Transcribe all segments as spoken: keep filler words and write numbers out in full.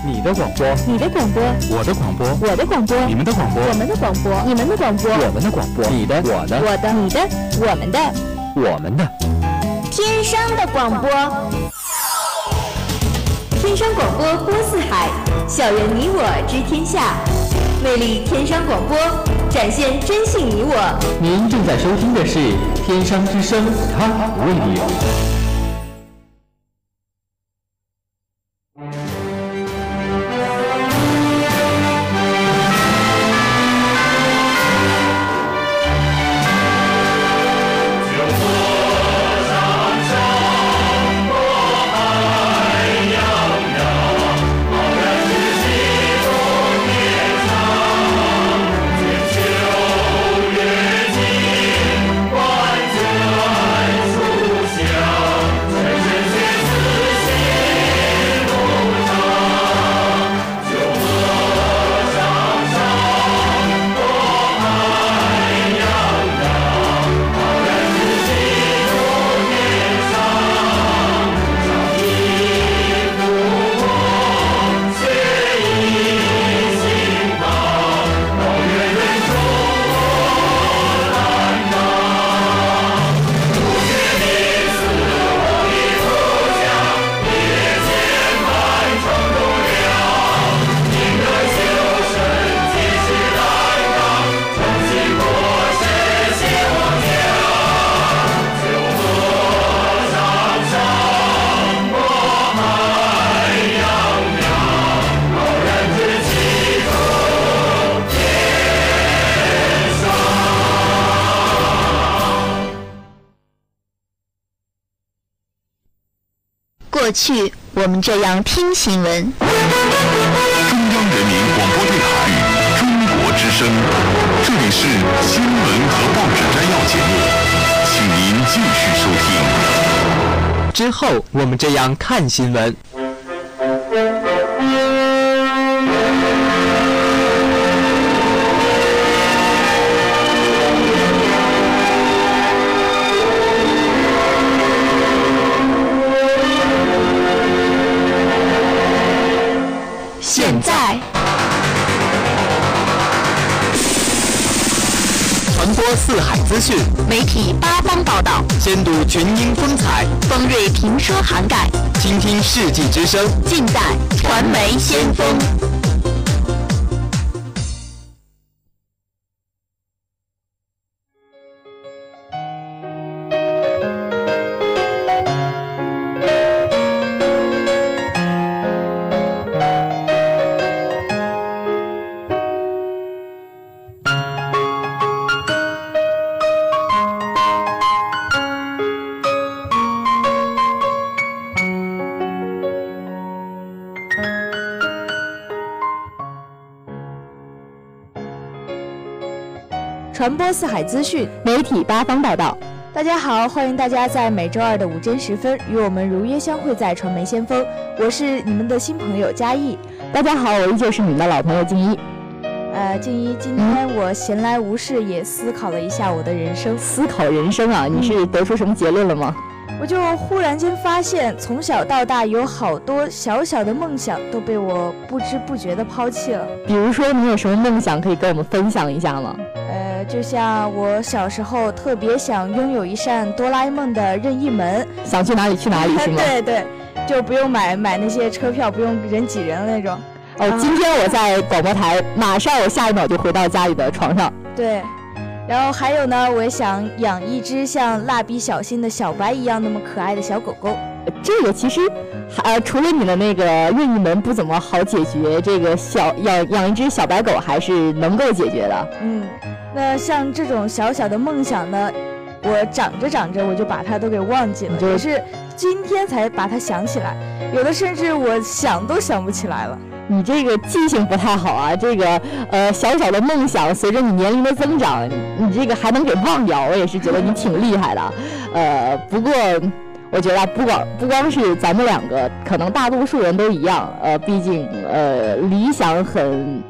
你的广播， 你的广播， 我的广播， 我的广播， 你们的广播， 我们的广播，你们的广播， 我们的广播，你的，我的， 我的，你的，我们的， 我们的， 天生的广播。天生广播播四海，校园你我知天下，魅力天生广播，展现真性你我。 您正在收听的是天生之声 Top Radio。 过去我们这样听新闻。 中央人民广播电台中国之声，这里是新闻和报纸摘要节目，请您继续收听。 之后我们这样看新闻。 现在传播四海资讯， 媒体八方报道， 先睹群英风采， 锋锐评说涵盖， 倾听世纪之声， 尽在传媒先锋。传播四海资讯， 媒体八方报道。 大家好，欢迎大家在每周二的午间时分与我们如约相会在传媒先锋。我是你们的新朋友嘉义。 大家好，我依旧是你们的老朋友静一。 呃，静一，今天我闲来无事也思考了一下我的人生。 思考人生啊？你是得出什么结论了吗？ 我就忽然间发现，从小到大有好多小小的梦想都被我不知不觉地抛弃了。 比如说，你有什么梦想可以跟我们分享一下吗？ 呃，就像我小时候特别想拥有一扇哆啦 A 梦的任意门， 想去哪里去哪里是吗？ 对对，就不用买买那些车票，不用人挤人的那种。 哦，今天我在广播台，马上我下一秒就回到家里的床上。 对。然后还有呢，我也想养一只像蜡笔小新的小白一样那么可爱的小狗狗。 这个其实，呃，除了你的那个任意门不怎么好解决，这个小养养一只小白狗还是能够解决的。 嗯，那像这种小小的梦想呢，我长着长着我就把它都给忘记了，也是今天才把它想起来，有的甚至我想都想不起来了。 你这个记性不太好啊，这个呃小小的梦想，随着你年龄的增长，你这个还能给忘掉，我也是觉得你挺厉害的。呃，不过我觉得不光不光是咱们两个，可能大多数人都一样。呃，毕竟呃理想很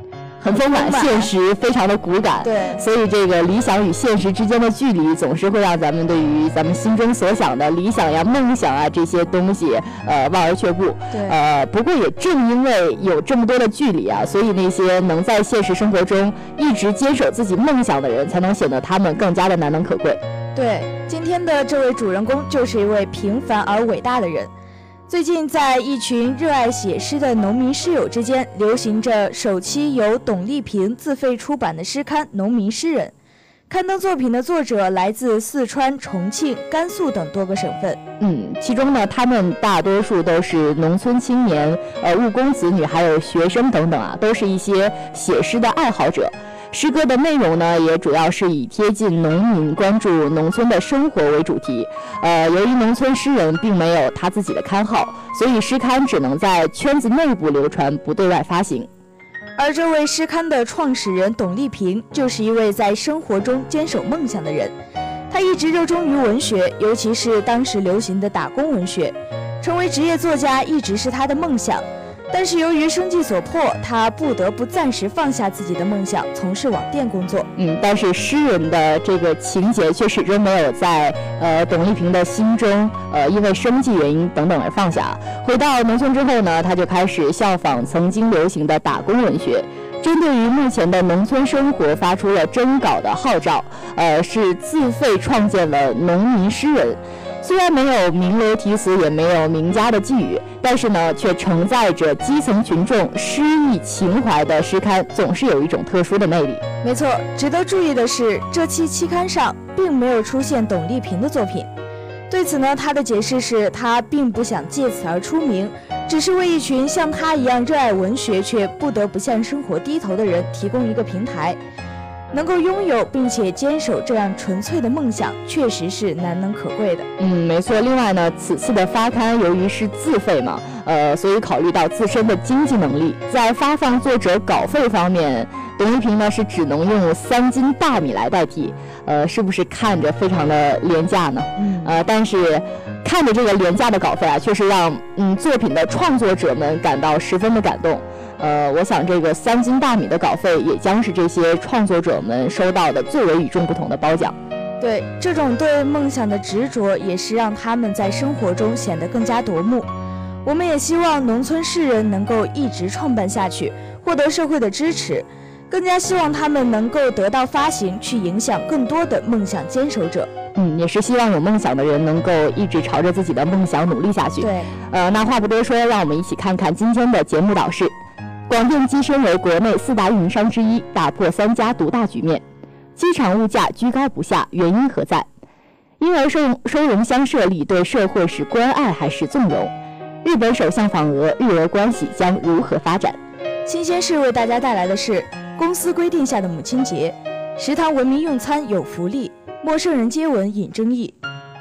很丰满，现实非常的骨感。 对， 所以这个理想与现实之间的距离，总是会让咱们对于咱们心中所想的理想呀、梦想啊这些东西，呃，望而却步。 对， 呃，不过也正因为有这么多的距离啊，所以那些能在现实生活中一直坚守自己梦想的人，才能显得他们更加的难能可贵。 对，今天的这位主人公就是一位平凡而伟大的人。最近，在一群热爱写诗的农民诗友之间，流行着首期由董丽萍自费出版的诗刊《农民诗人》。刊登作品的作者来自四川、重庆、甘肃等多个省份。 嗯，其中呢，他们大多数都是农村青年、呃务工子女，还有学生等等啊，都是一些写诗的爱好者。诗歌的内容呢，也主要是以贴近农民、关注农村的生活为主题。呃，由于农村诗人并没有他自己的刊号，所以诗刊只能在圈子内部流传，不对外发行。 而这位诗刊的创始人董丽萍，就是一位在生活中坚守梦想的人。他一直热衷于文学，尤其是当时流行的打工文学，成为职业作家一直是他的梦想。但是由于生计所迫，他不得不暂时放下自己的梦想，从事网店工作。 嗯，但是诗人的这个情节却始终没有在呃董丽萍的心中，呃因为生计原因等等而放下。回到农村之后呢，他就开始效仿曾经流行的打工文学，针对于目前的农村生活发出了征稿的号召，呃是自费创建了农民诗人。虽然没有名流题词，也没有名家的寄语，但是呢，却承载着基层群众诗意情怀的诗刊，总是有一种特殊的魅力。 没错，值得注意的是，这期期刊上并没有出现董丽萍的作品。对此呢，他的解释是他并不想借此而出名，只是为一群像他一样热爱文学却不得不向生活低头的人提供一个平台。能够拥有并且坚守这样纯粹的梦想，确实是难能可贵的。 嗯，没错。另外呢，此次的发刊由于是自费嘛，呃，所以考虑到自身的经济能力，在发放作者稿费方面，董丽萍呢是只能用三斤大米来代替。呃，是不是看着非常的廉价呢？ 嗯， 呃，但是看着这个廉价的稿费啊，确实让嗯作品的创作者们感到十分的感动。呃，我想这个三斤大米的稿费也将是这些创作者们收到的最为与众不同的褒奖。 对，这种对梦想的执着，也是让他们在生活中显得更加夺目。我们也希望农村诗人能够一直创办下去，获得社会的支持，更加希望他们能够得到发行，去影响更多的梦想坚守者。 嗯，也是希望有梦想的人能够一直朝着自己的梦想努力下去。 对， 呃，那话不多说，让我们一起看看今天的节目导视。广电跻身为国内四大运营商之一，打破三家独大局面。机场物价居高不下，原因何在？婴儿收收容箱设立对社会是关爱还是纵容？日本首相访俄，日俄关系将如何发展？ 新鲜事为大家带来的是公司规定下的母亲节，食堂文明用餐有福利，陌生人接吻引争议。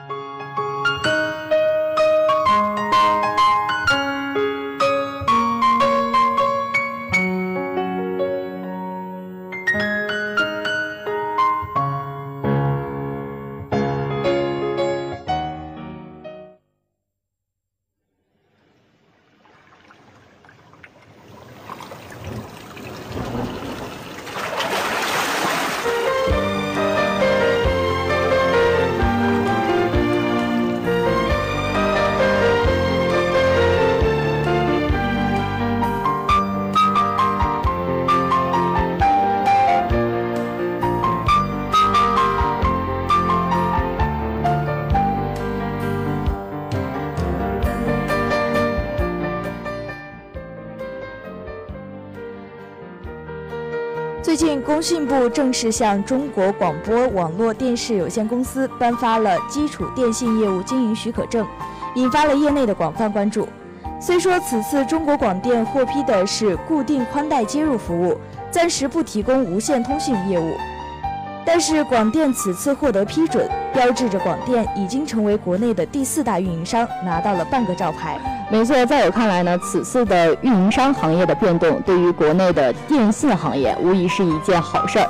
最近，工信部正式向中国广播网络电视有限公司颁发了基础电信业务经营许可证，引发了业内的广泛关注。虽说此次中国广电获批的是固定宽带接入服务，暂时不提供无线通讯业务，但是广电此次获得批准，标志着广电已经成为国内的第四大运营商，拿到了半个照牌。 没错，在我看来呢，此次的运营商行业的变动对于国内的电信行业无疑是一件好事儿。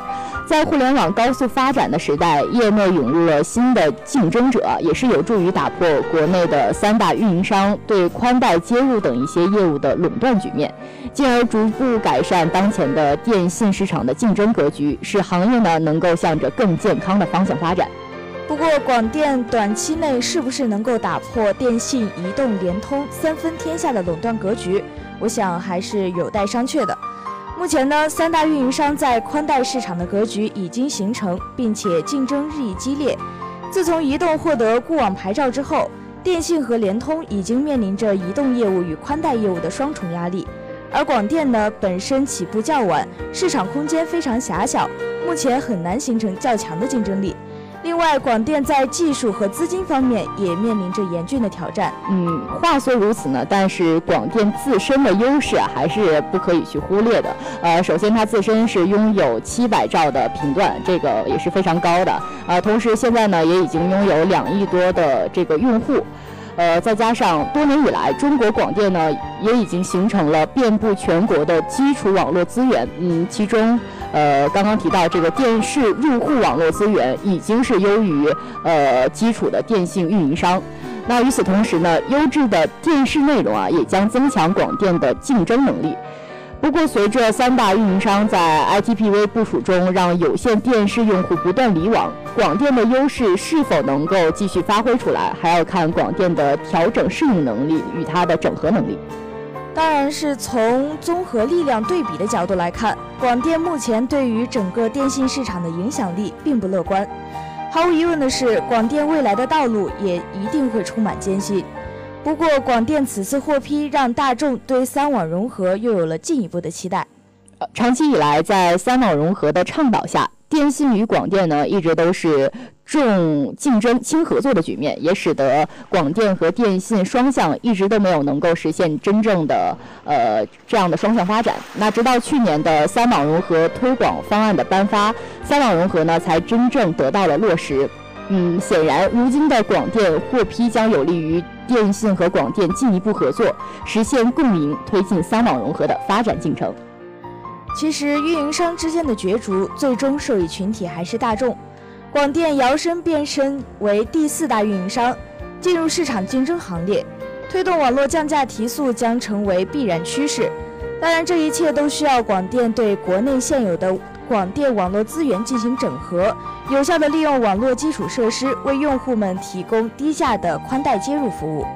在互联网高速发展的时代，业内涌入了新的竞争者，也是有助于打破国内的三大运营商对宽带接入等一些业务的垄断局面，进而逐步改善当前的电信市场的竞争格局，使行业呢能够向着更健康的方向发展。 不过，广电短期内是不是能够打破电信、移动、联通三分天下的垄断格局，我想还是有待商榷的。目前呢，三大运营商在宽带市场的格局已经形成，并且竞争日益激烈。自从移动获得固网牌照之后，电信和联通已经面临着移动业务与宽带业务的双重压力，而广电呢本身起步较晚，市场空间非常狭小，目前很难形成较强的竞争力。另外，广电在技术和资金方面也面临着严峻的挑战。 嗯，话虽如此呢，但是广电自身的优势啊，还是不可以去忽略的。呃，首先它自身是拥有七百兆的频段，这个也是非常高的。呃，同时现在呢，也已经拥有两亿多的这个用户。呃，再加上多年以来，中国广电呢也已经形成了遍布全国的基础网络资源。嗯，其中，呃，刚刚提到这个电视入户网络资源已经是优于呃基础的电信运营商。那与此同时呢，优质的电视内容啊，也将增强广电的竞争能力。不过，随着三大运营商在 I T P V 部署中让有线电视用户不断离网，广电的优势是否能够继续发挥出来，还要看广电的调整适应能力与它的整合能力。 当然是从综合力量对比的角度来看，广电目前对于整个电信市场的影响力并不乐观。毫无疑问的是，广电未来的道路也一定会充满艰辛。不过，广电此次获批，让大众对三网融合又有了进一步的期待。 呃，长期以来，在三网融合的倡导下，电信与广电呢一直都是重竞争轻合作的局面，也使得广电和电信双向一直都没有能够实现真正的呃这样的双向发展。那直到去年的三网融合推广方案的颁发，三网融合呢才真正得到了落实。嗯，显然，如今的广电获批将有利于电信和广电进一步合作，实现共赢，推进三网融合的发展进程。 其实，运营商之间的角逐，最终受益群体还是大众。广电摇身变身为第四大运营商，进入市场竞争行列，推动网络降价提速将成为必然趋势。当然，这一切都需要广电对国内现有的广电网络资源进行整合，有效地利用网络基础设施，为用户们提供低价的宽带接入服务。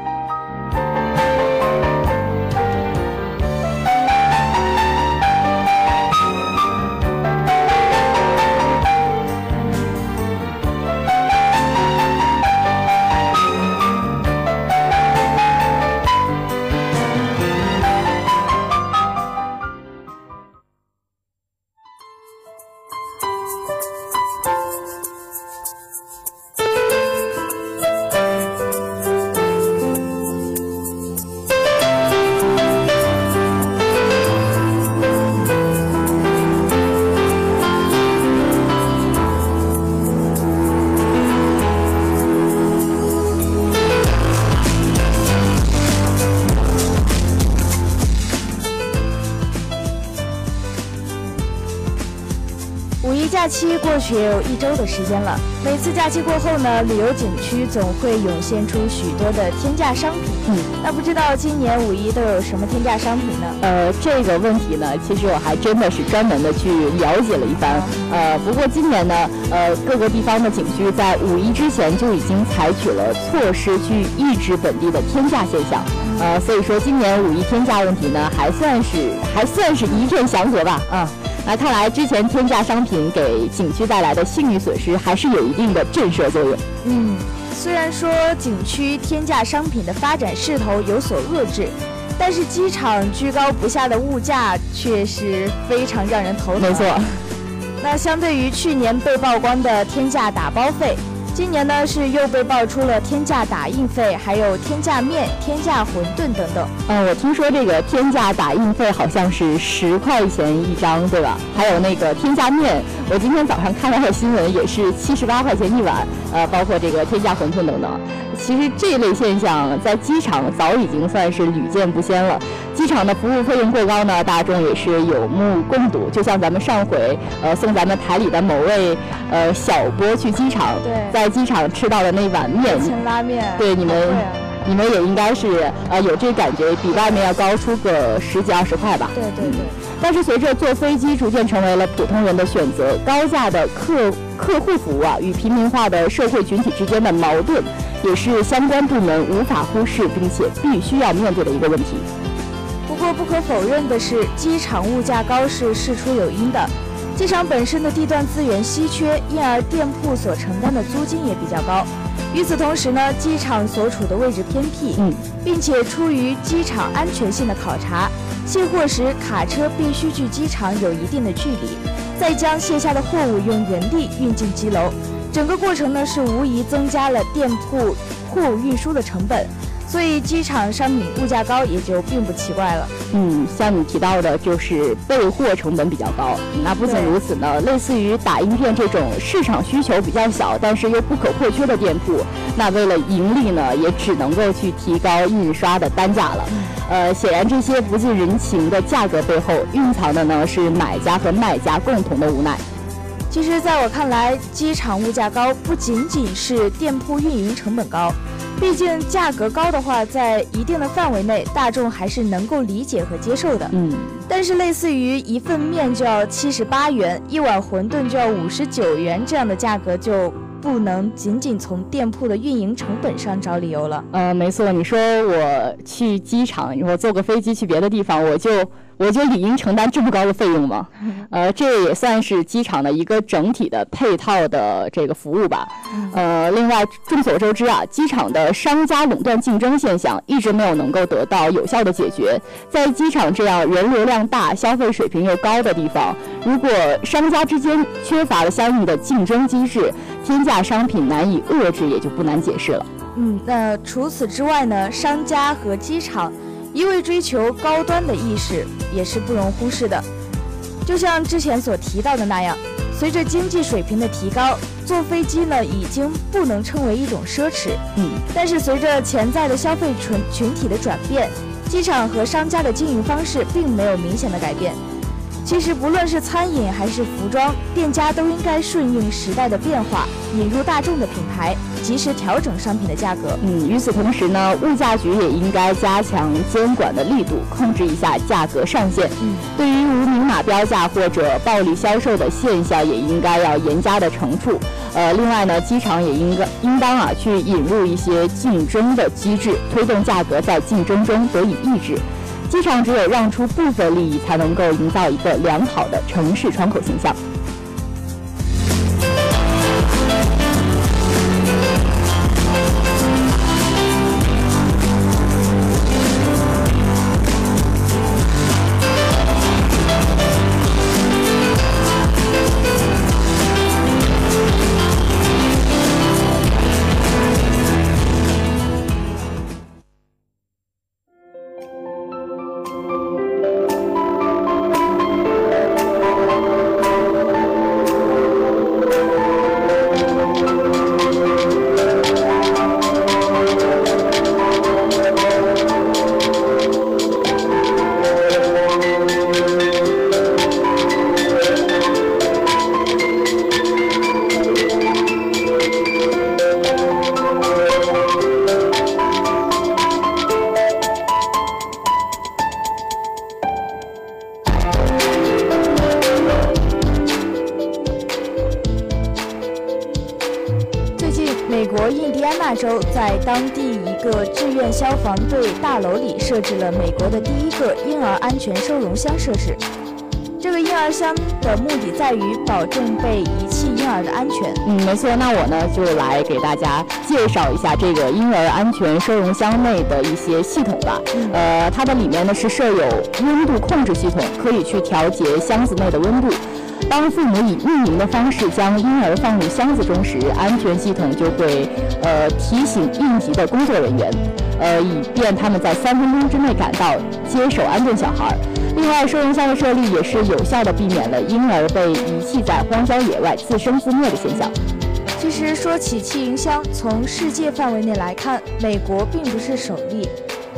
假期过去也有一周的时间了，每次假期过后呢，旅游景区总会涌现出许多的天价商品。嗯，那不知道今年五一都有什么天价商品呢？ 呃，这个问题呢，其实我还真的是专门的去了解了一番。呃，不过今年呢，呃，各个地方的景区在五一之前就已经采取了措施去抑制本地的天价现象。呃，所以说今年五一天价问题呢，还算是还算是一片祥和吧。啊。那看来之前天价商品给景区带来的信誉损失还是有一定的震慑作用。 嗯，虽然说景区天价商品的发展势头有所遏制，但是机场居高不下的物价却是非常让人头疼。 没错。 那相对于去年被曝光的天价打包费，今年呢是又被爆出了天价打印费，还有天价面、天价馄饨等等。 嗯，我听说这个天价打印费好像是十块钱一张，对吧？还有那个天价面，我今天早上看到的新闻也是七十八块钱一碗。呃，包括这个天价馄饨等等。其实这类现象在机场早已经算是屡见不鲜了。 机场的服务费用过高呢，大众也是有目共睹。就像咱们上回呃送咱们台里的某位呃小波去机场， 对， 在机场吃到的那碗面， 千拉面， 对你们。你们也应该是呃有这感觉，比外面要高出个十几二十块吧？ 对对对。嗯、 但是随着坐飞机逐渐成为了普通人的选择，高价的客客户服务啊，与平民化的社会群体之间的矛盾，也是相关部门无法忽视并且必须要面对的一个问题。 不过不可否认的是，机场物价高是事出有因的。机场本身的地段资源稀缺，因而店铺所承担的租金也比较高。与此同时呢，机场所处的位置偏僻， 嗯， 并且出于机场安全性的考察，卸货时卡车必须距机场有一定的距离，再将卸下的货物用人力运进机楼，整个过程呢是无疑增加了店铺货物运输的成本。所以机场商品物价高也就并不奇怪了。 嗯，像你提到的，就是备货成本比较高。那不仅如此呢，类似于打印店这种市场需求比较小，但是又不可或缺的店铺，那为了盈利呢，也只能够去提高印刷的单价了。呃，显然这些不近人情的价格背后，蕴藏的呢是买家和卖家共同的无奈。 其实，在我看来，机场物价高不仅仅是店铺运营成本高。毕竟价格高的话，在一定的范围内，大众还是能够理解和接受的。 嗯， 但是类似于一份面就要七十八元，一碗馄饨就要五十九元这样的价格，就不能仅仅从店铺的运营成本上找理由了。 呃，没错，你说我去机场，我坐个飞机去别的地方，我就我就理应承担这么高的费用吗？呃，这也算是机场的一个整体的配套的这个服务吧。呃，另外众所周知啊，机场的商家垄断竞争现象一直没有能够得到有效的解决。在机场这样人流量大、消费水平又高的地方，如果商家之间缺乏了相应的竞争机制，天价商品难以遏制，也就不难解释了。 嗯，那除此之外呢，商家和机场一味追求高端的意识也是不容忽视的。就像之前所提到的那样，随着经济水平的提高，坐飞机呢已经不能称为一种奢侈。 嗯， 但是随着潜在的消费群群体的转变，机场和商家的经营方式并没有明显的改变。其实不论是餐饮还是服装，店家都应该顺应时代的变化，引入大众的品牌，及时调整商品的价格。 嗯，与此同时呢，物价局也应该加强监管的力度，控制一下价格上限。 嗯， 对于无明码标价或者暴利销售的现象，也应该要严加的惩处。呃，另外呢，机场也应该应当啊去引入一些竞争的机制，推动价格在竞争中得以抑制。机场只有让出部分利益，才能够营造一个良好的城市窗口形象。 州在当地一个志愿消防队大楼里设置了美国的第一个婴儿安全收容箱设施。这个婴儿箱的目的在于保证被遗弃婴儿的安全。 嗯，没错。那我呢就来给大家介绍一下这个婴儿安全收容箱内的一些系统吧。 嗯、 呃，它的里面呢是设有温度控制系统，可以去调节箱子内的温度。当父母以匿名的方式将婴儿放入箱子中时，安全系统就会呃提醒应急的工作人员，呃，以便他们在三分钟之内赶到接手安顿小孩。另外，收容箱的设立也是有效地避免了婴儿被遗弃在荒郊野外自生自灭的现象。 其实说起弃婴箱，从世界范围内来看，美国并不是首例。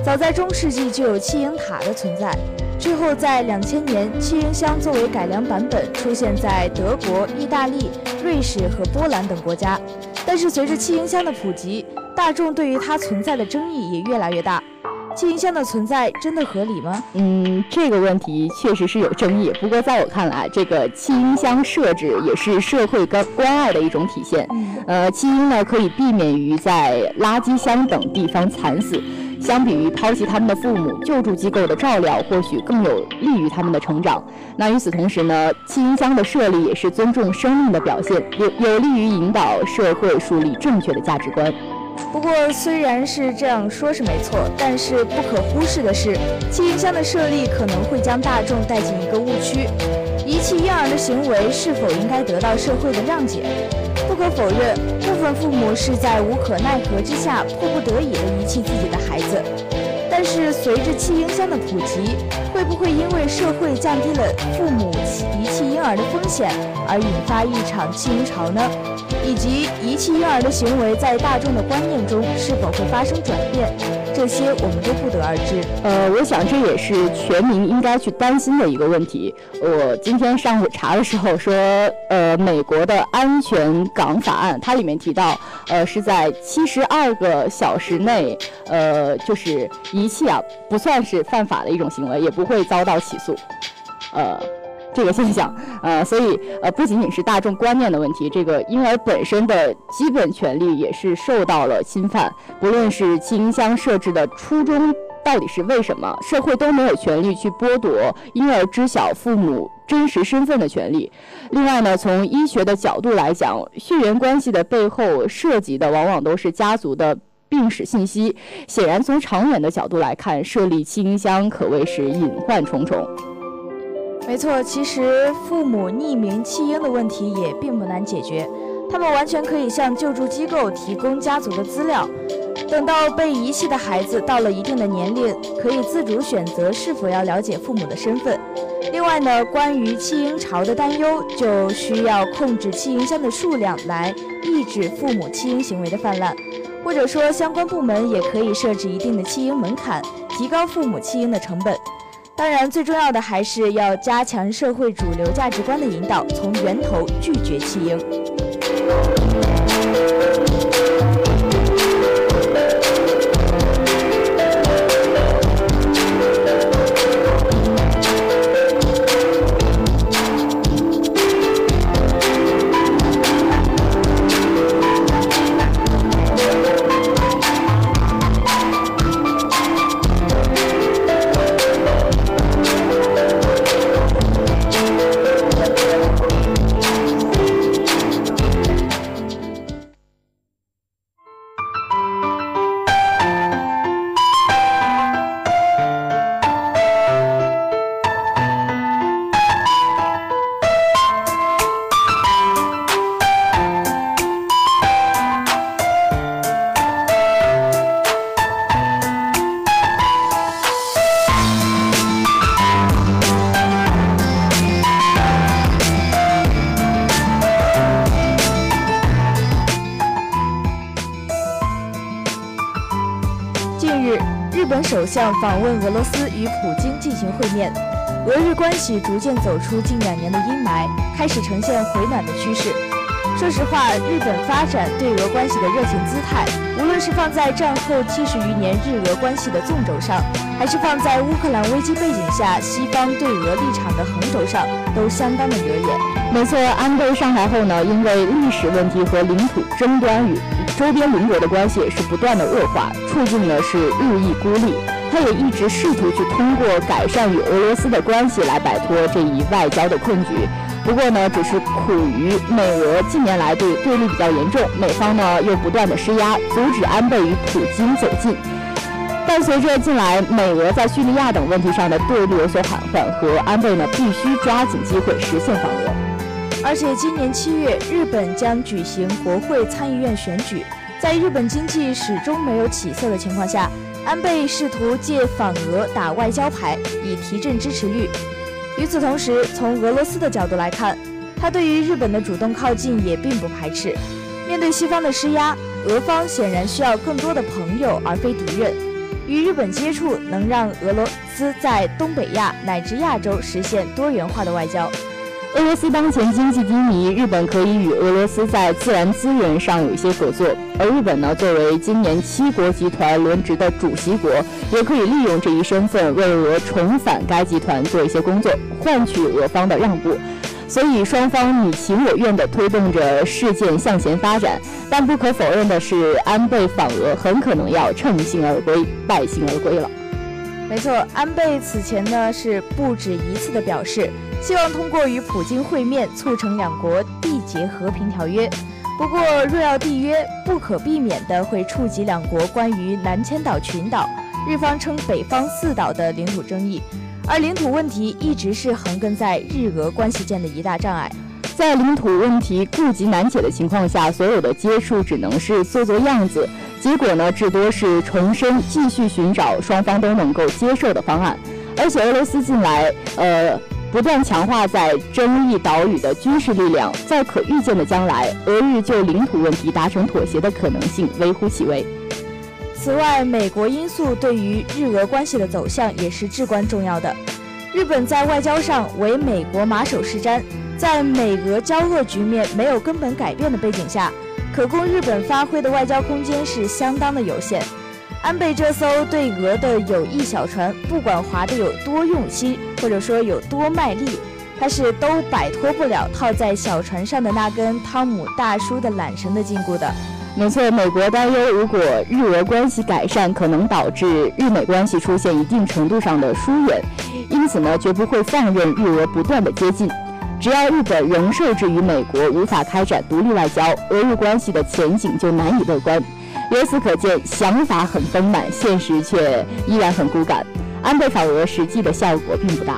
早在中世纪就有弃婴塔的存在，之后在两千年，弃婴箱作为改良版本出现在德国、意大利、瑞士和波兰等国家。但是随着弃婴箱的普及，大众对于它存在的争议也越来越大。弃婴箱的存在真的合理吗？ 嗯，这个问题确实是有争议。不过在我看来，这个弃婴箱设置也是社会关关爱的一种体现。呃，弃婴呢可以避免于在垃圾箱等地方惨死。相比于抛弃他们的父母，救助机构的照料或许更有利于他们的成长。那与此同时呢，弃婴箱的设立也是尊重生命的表现，有有利于引导社会树立正确的价值观。 不过虽然是这样说是没错，但是不可忽视的是，弃婴箱的设立可能会将大众带进一个误区：遗弃婴儿的行为是否应该得到社会的谅解？不可否认，部分父母是在无可奈何之下迫不得已地遗弃自己的孩子。但是随着弃婴箱的普及，会不会因为社会降低了父母遗弃婴儿的风险，而引发一场弃婴潮呢？以及遗弃婴儿的行为在大众的观念中是否会发生转变，这些我们都不得而知。 呃，我想这也是全民应该去担心的一个问题。我今天上午查的时候说，呃，美国的安全港法案，它里面提到，呃，是在七十二个小时内，呃，就是遗弃啊，不算是犯法的一种行为，也不会遭到起诉。呃。这个现象，呃，所以呃，不仅仅是大众观念的问题，这个婴儿本身的基本权利也是受到了侵犯。不论是弃婴箱设置的初衷到底是为什么，社会都没有权利去剥夺婴儿知晓父母真实身份的权利。另外呢，从医学的角度来讲，血缘关系的背后涉及的往往都是家族的病史信息。显然，从长远的角度来看，设立弃婴箱可谓是隐患重重。 没错，其实父母匿名弃婴的问题也并不难解决，他们完全可以向救助机构提供家族的资料。等到被遗弃的孩子到了一定的年龄，可以自主选择是否要了解父母的身份。另外呢，关于弃婴潮的担忧，就需要控制弃婴箱的数量来抑制父母弃婴行为的泛滥，或者说相关部门也可以设置一定的弃婴门槛，提高父母弃婴的成本。当然，最重要的还是要加强社会主流价值观的引导，从源头拒绝弃婴。首相访问俄罗斯，与普京进行会面，俄日关系逐渐走出近两年的阴霾，开始呈现回暖的趋势。说实话，日本发展对俄关系的热情姿态，无论是放在战后七十余年日俄关系的纵轴上，还是放在乌克兰危机背景下西方对俄立场的横轴上，都相当的惹眼。 没错，安倍上台后呢，因为历史问题和领土争端与周边邻国的关系是不断的恶化，处境呢是日益孤立。他也一直试图去通过改善与俄罗斯的关系来摆脱这一外交的困局。不过呢，只是苦于美俄近年来对对立比较严重，美方呢又不断的施压，阻止安倍与普京走近。但随着近来美俄在叙利亚等问题上的对立有所缓和，和安倍呢必须抓紧机会实现访俄。 而且今年七月，日本将举行国会参议院选举，在日本经济始终没有起色的情况下，安倍试图借访俄打外交牌，以提振支持率。与此同时，从俄罗斯的角度来看，他对于日本的主动靠近也并不排斥。面对西方的施压，俄方显然需要更多的朋友而非敌人。 与日本接触能让俄罗斯在东北亚乃至亚洲实现多元化的外交。 俄罗斯当前经济低迷，日本可以与俄罗斯在自然资源上有一些合作，而日本呢，作为今年七国集团轮值的主席国，也可以利用这一身份为俄重返该集团做一些工作，换取俄方的让步。所以双方你情我愿地推动着事件向前发展，但不可否认的是，安倍访俄很可能要乘兴而归，败兴而归了。 没错，安倍此前呢是不止一次的表示，希望通过与普京会面，促成两国缔结和平条约。不过，若要缔约，不可避免的会触及两国关于南千岛群岛，日方称北方四岛的领土争议。而领土问题一直是横亘在日俄关系间的一大障碍。 在领土问题顾及难解的情况下，所有的接触只能是做做样子，结果呢，至多是重申继续寻找双方都能够接受的方案。而且俄罗斯近来呃不断强化在争议岛屿的军事力量，在可预见的将来，俄日就领土问题达成妥协的可能性微乎其微。 此外，美国因素对于日俄关系的走向也是至关重要的。日本在外交上为美国马首是瞻，在美俄交恶局面没有根本改变的背景下，可供日本发挥的外交空间是相当的有限。安倍这艘对俄的友谊小船，不管划得有多用心，或者说有多卖力，它是都摆脱不了套在小船上的那根汤姆大叔的缆绳的禁锢的。 没错，美国担忧，如果日俄关系改善，可能导致日美关系出现一定程度上的疏远，因此呢，绝不会放任日俄不断的接近。只要日本仍受制于美国，无法开展独立外交，俄日关系的前景就难以乐观。由此可见，想法很丰满，现实却依然很骨感。安倍访俄实际的效果并不大。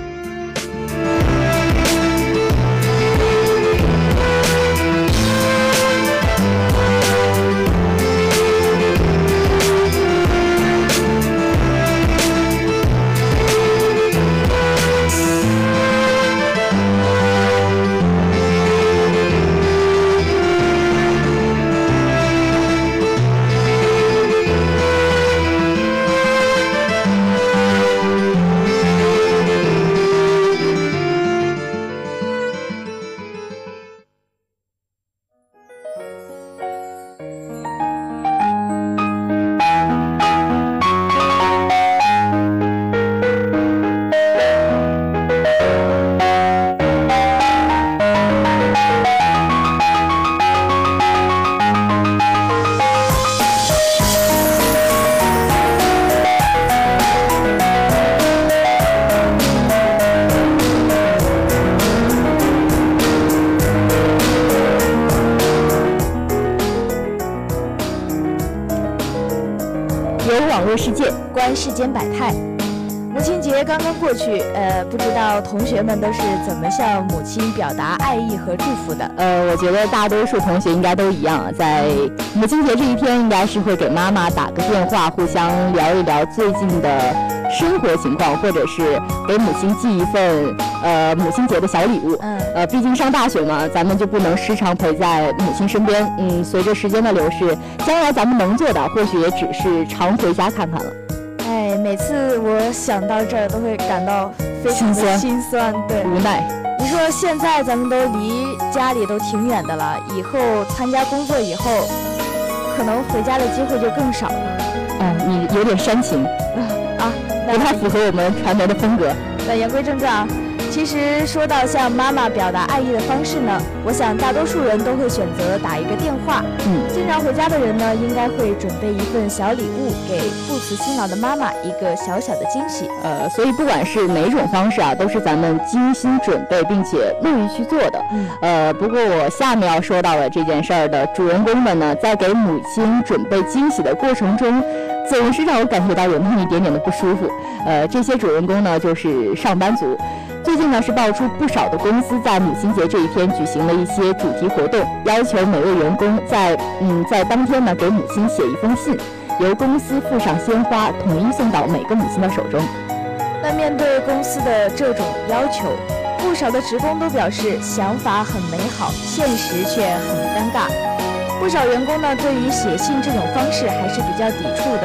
世界观世间百态。母亲节刚刚过去，呃，不知道同学们都是怎么向母亲表达爱意和祝福的？ 呃，我觉得大多数同学应该都一样，在母亲节这一天，应该是会给妈妈打个电话，互相聊一聊最近的生活情况，或者是给母亲寄一份呃母亲节的小礼物。 嗯， 呃，毕竟上大学嘛，咱们就不能时常陪在母亲身边。嗯，随着时间的流逝，将来咱们能做的，或许也只是常回家看看了。 哎，每次我想到这儿都会感到非常的心酸，对， 无奈。 你说现在咱们都离家里都挺远的了，以后参加工作以后，可能回家的机会就更少了。 嗯，你有点煽情啊， 不太符合我们传媒的风格。 那言归正传，其实说到向妈妈表达爱意的方式呢，我想大多数人都会选择打一个电话。 嗯， 经常回家的人呢，应该会准备一份小礼物，给不辞辛劳的妈妈一个小小的惊喜。 呃，所以不管是哪种方式啊，都是咱们精心准备并且乐于去做的。 嗯， 呃，不过我下面要说到的这件事儿的主人公们呢，在给母亲准备惊喜的过程中，总是让我感觉到有那么一点点的不舒服。呃，这些主人公呢，就是上班族。最近呢，是爆出不少的公司在母亲节这一天举行了一些主题活动，要求每位员工在嗯在当天呢给母亲写一封信，由公司附上鲜花，统一送到每个母亲的手中。 那面对公司的这种要求，不少的职工都表示想法很美好，现实却很尴尬。不少员工呢，对于写信这种方式还是比较抵触的。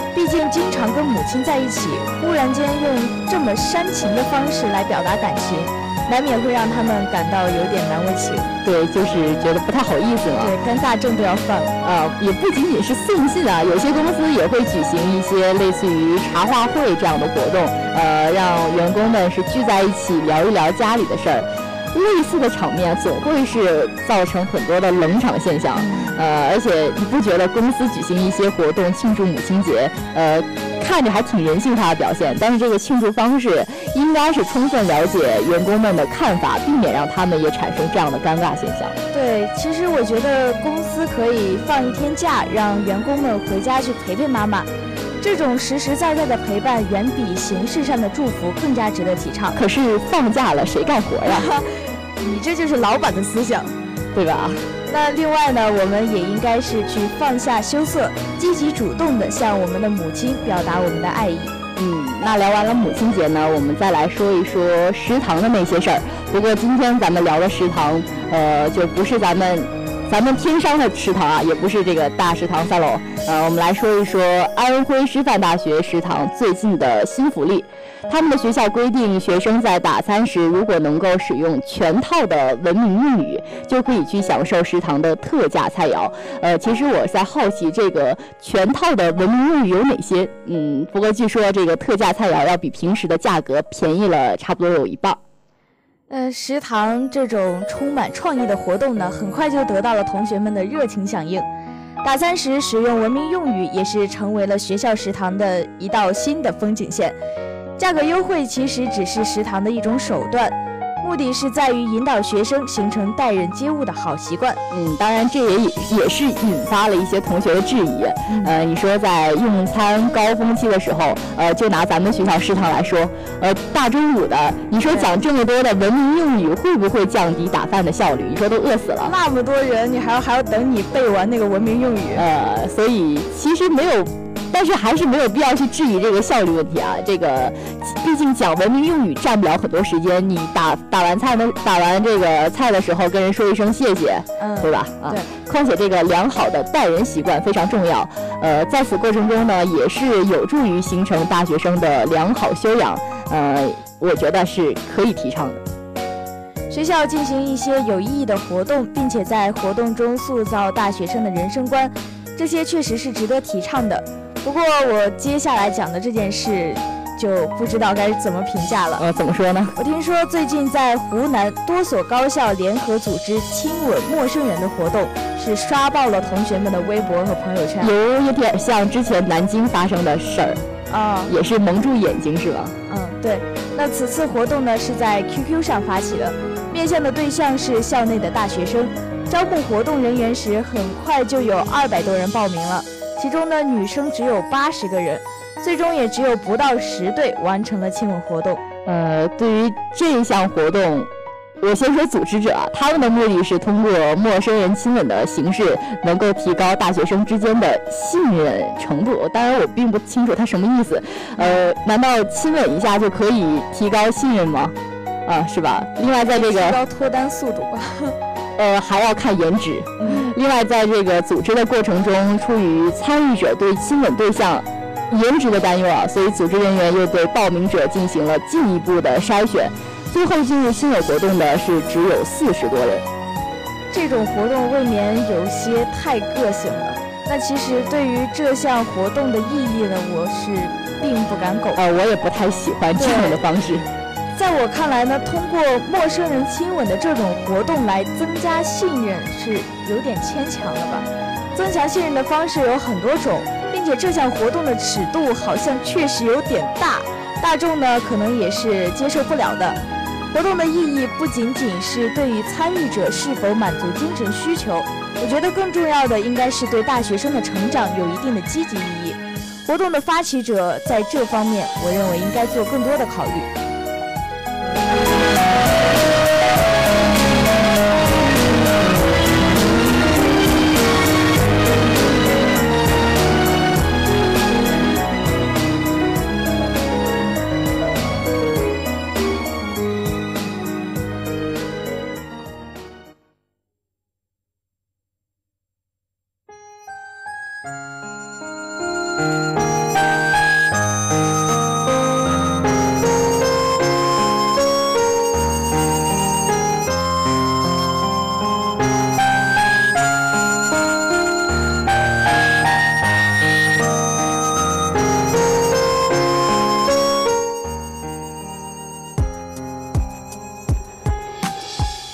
毕竟经常跟母亲在一起，忽然间用这么煽情的方式来表达感情，难免会让他们感到有点难为情。 对，就是觉得不太好意思嘛。 对，尴尬症都要犯了。 呃，也不仅仅是送信啊，有些公司也会举行一些类似于茶话会这样的活动，呃，让员工们是聚在一起聊一聊家里的事儿。类似的场面总会是造成很多的冷场现象，呃，而且你不觉得公司举行一些活动庆祝母亲节，呃，看着还挺人性化的表现，但是这个庆祝方式应该是充分了解员工们的看法，避免让他们也产生这样的尴尬现象。 对，其实我觉得公司可以放一天假，让员工们回家去陪陪妈妈。这种实实在在的陪伴，远比形式上的祝福更加值得提倡。 可是放假了，谁干活呀？ 你这就是老板的思想， 对吧？ 那另外呢，我们也应该是去放下羞涩，积极主动地向我们的母亲表达我们的爱意。 嗯，那聊完了母亲节呢，我们再来说一说食堂的那些事儿。不过今天咱们聊的食堂，呃，就不是咱们。咱们天商的食堂啊，也不是这个大食堂三楼。呃，我们来说一说安徽师范大学食堂最近的新福利。他们的学校规定，学生在打餐时，如果能够使用全套的文明用语，就可以去享受食堂的特价菜肴。呃，其实我在好奇，这个全套的文明用语有哪些？嗯，不过据说这个特价菜肴要比平时的价格便宜了差不多有一半。 呃，食堂这种充满创意的活动呢，很快就得到了同学们的热情响应。打餐时使用文明用语也是成为了学校食堂的一道新的风景线。价格优惠其实只是食堂的一种手段，目的是在于引导学生形成待人接物的好习惯。 嗯，当然这也也是引发了一些同学的质疑。 嗯、 呃，你说在用餐高峰期的时候，呃，就拿咱们学校食堂来说，呃，大中午的，你说讲这么多的文明用语，会不会降低打饭的效率？你说都饿死了， 那么多人，你还要还要等你背完那个文明用语。 呃，所以其实没有。但是还是没有必要去质疑这个效率问题啊！这个，毕竟讲文明用语占不了很多时间。你打打完菜呢，打完这个菜的时候跟人说一声谢谢， 嗯， 对吧？啊， 对。 况且这个良好的待人习惯非常重要。呃，在此过程中呢，也是有助于形成大学生的良好修养。呃，我觉得是可以提倡的。 学校进行一些有意义的活动，并且在活动中塑造大学生的人生观，这些确实是值得提倡的。不过我接下来讲的这件事就不知道该怎么评价了。 呃，怎么说呢？ 我听说最近在湖南多所高校联合组织亲吻陌生人的活动，是刷爆了同学们的微博和朋友圈。 有有点像之前南京发生的事儿啊， 也是蒙住眼睛是吧？ 嗯，对。那此次活动呢是在 Q Q 上发起的，面向的对象是校内的大学生。招募活动人员时，很快就有二百多人报名了。其中呢，女生只有八十个人，最终也只有不到十队完成了亲吻活动。 呃，对于这项活动，我先说组织者啊，他们的目的是通过陌生人亲吻的形式，能够提高大学生之间的信任程度。当然，我并不清楚他什么意思。呃，难道亲吻一下就可以提高信任吗？啊，是吧？另外，在这个提高脱单速度吧。 呃，还要看颜值。另外，在这个组织的过程中，出于参与者对亲吻对象颜值的担忧啊，所以组织人员又对报名者进行了进一步的筛选。最后进入亲吻活动的是只有四十多人。 这种活动未免有些太个性了。那其实对于这项活动的意义呢，我是并不敢苟。 呃，我也不太喜欢这样的方式。 在我看来呢，通过陌生人亲吻的这种活动来增加信任是有点牵强了吧？增强信任的方式有很多种，并且这项活动的尺度好像确实有点大，大众呢可能也是接受不了的。活动的意义不仅仅是对于参与者是否满足精神需求，我觉得更重要的应该是对大学生的成长有一定的积极意义。活动的发起者在这方面，我认为应该做更多的考虑。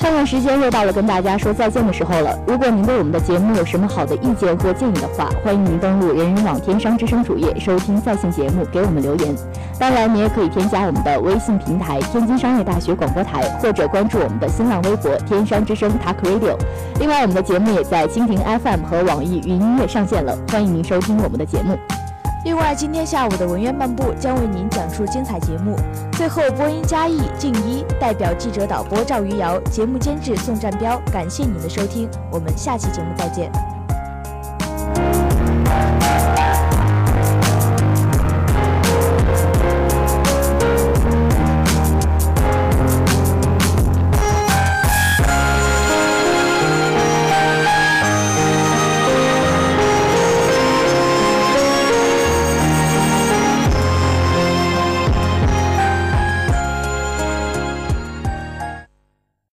看看时间，又到了跟大家说再见的时候了。如果您对我们的节目有什么好的意见或建议的话，欢迎您登录人人网天商之声主页收听在线节目，给我们留言。当然，你也可以添加我们的微信平台天津商业大学广播台，或者关注我们的新浪微博天商之声 Talk Radio。另外，我们的节目也在蜻蜓 F M 和网易云音乐上线了，欢迎您收听我们的节目。 另外，今天下午的文渊漫步将为您讲述精彩节目。最后，播音嘉义、静一代表记者导播赵余瑶，节目监制宋占彪，感谢您的收听，我们下期节目再见。